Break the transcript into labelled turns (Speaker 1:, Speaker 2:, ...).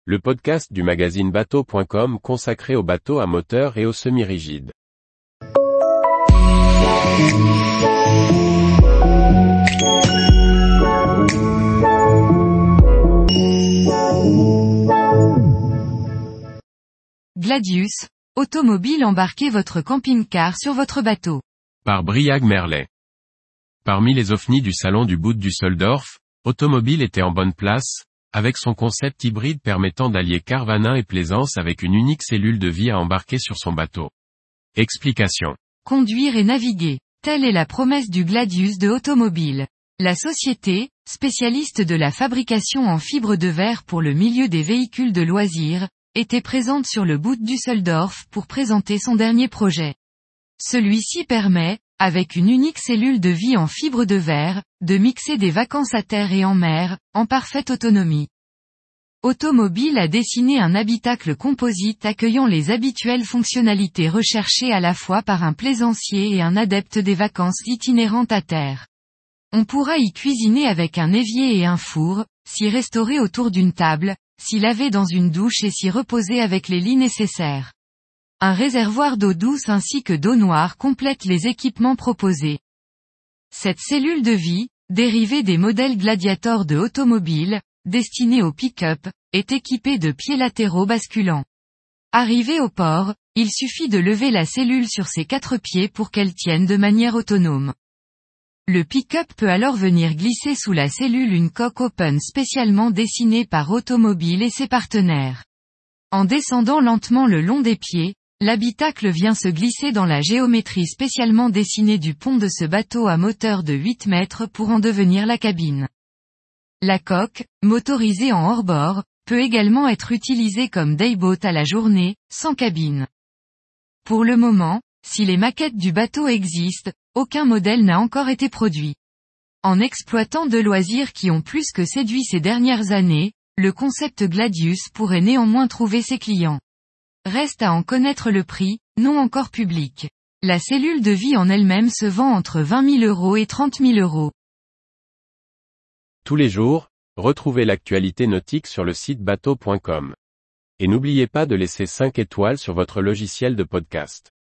Speaker 1: le podcast du magazine bateau.com consacré aux bateaux à moteur et aux semi-rigides.
Speaker 2: Gladius, automobile embarquez votre camping-car sur votre bateau.
Speaker 1: Par Briag Merlet. Parmi les ovnis du salon du Boot Düsseldorf, Automobile était en bonne place, avec son concept hybride permettant d'allier caravanin et plaisance avec une unique cellule de vie à embarquer sur son bateau. Explication.
Speaker 2: Conduire et naviguer. Telle est la promesse du Gladius de Automobile. La société, spécialiste de la fabrication en fibre de verre pour le milieu des véhicules de loisirs, était présente sur le Boot Düsseldorf pour présenter son dernier projet. Celui-ci permet, avec une unique cellule de vie en fibre de verre, de mixer des vacances à terre et en mer, en parfaite autonomie. Automobile a dessiné un habitacle composite accueillant les habituelles fonctionnalités recherchées à la fois par un plaisancier et un adepte des vacances itinérantes à terre. On pourra y cuisiner avec un évier et un four, s'y restaurer autour d'une table, s'y laver dans une douche et s'y reposer avec les lits nécessaires. Un réservoir d'eau douce ainsi que d'eau noire complètent les équipements proposés. Cette cellule de vie, dérivée des modèles Gladiator de Automobile, destinée au pick-up, est équipée de pieds latéraux basculants. Arrivé au port, il suffit de lever la cellule sur ses 4 pieds pour qu'elle tienne de manière autonome. Le pick-up peut alors venir glisser sous la cellule une coque open spécialement dessinée par Automobile et ses partenaires. En descendant lentement le long des pieds, l'habitacle vient se glisser dans la géométrie spécialement dessinée du pont de ce bateau à moteur de 8 mètres pour en devenir la cabine. La coque, motorisée en hors-bord, peut également être utilisée comme dayboat à la journée, sans cabine. Pour le moment, si les maquettes du bateau existent, aucun modèle n'a encore été produit. En exploitant deux loisirs qui ont plus que séduit ces dernières années, le concept Gladius pourrait néanmoins trouver ses clients. Reste à en connaître le prix, non encore public. La cellule de vie en elle-même se vend entre 20 000 € et 30 000 €.
Speaker 1: Tous les jours, retrouvez l'actualité nautique sur le site bateau.com. Et n'oubliez pas de laisser 5 étoiles sur votre logiciel de podcast.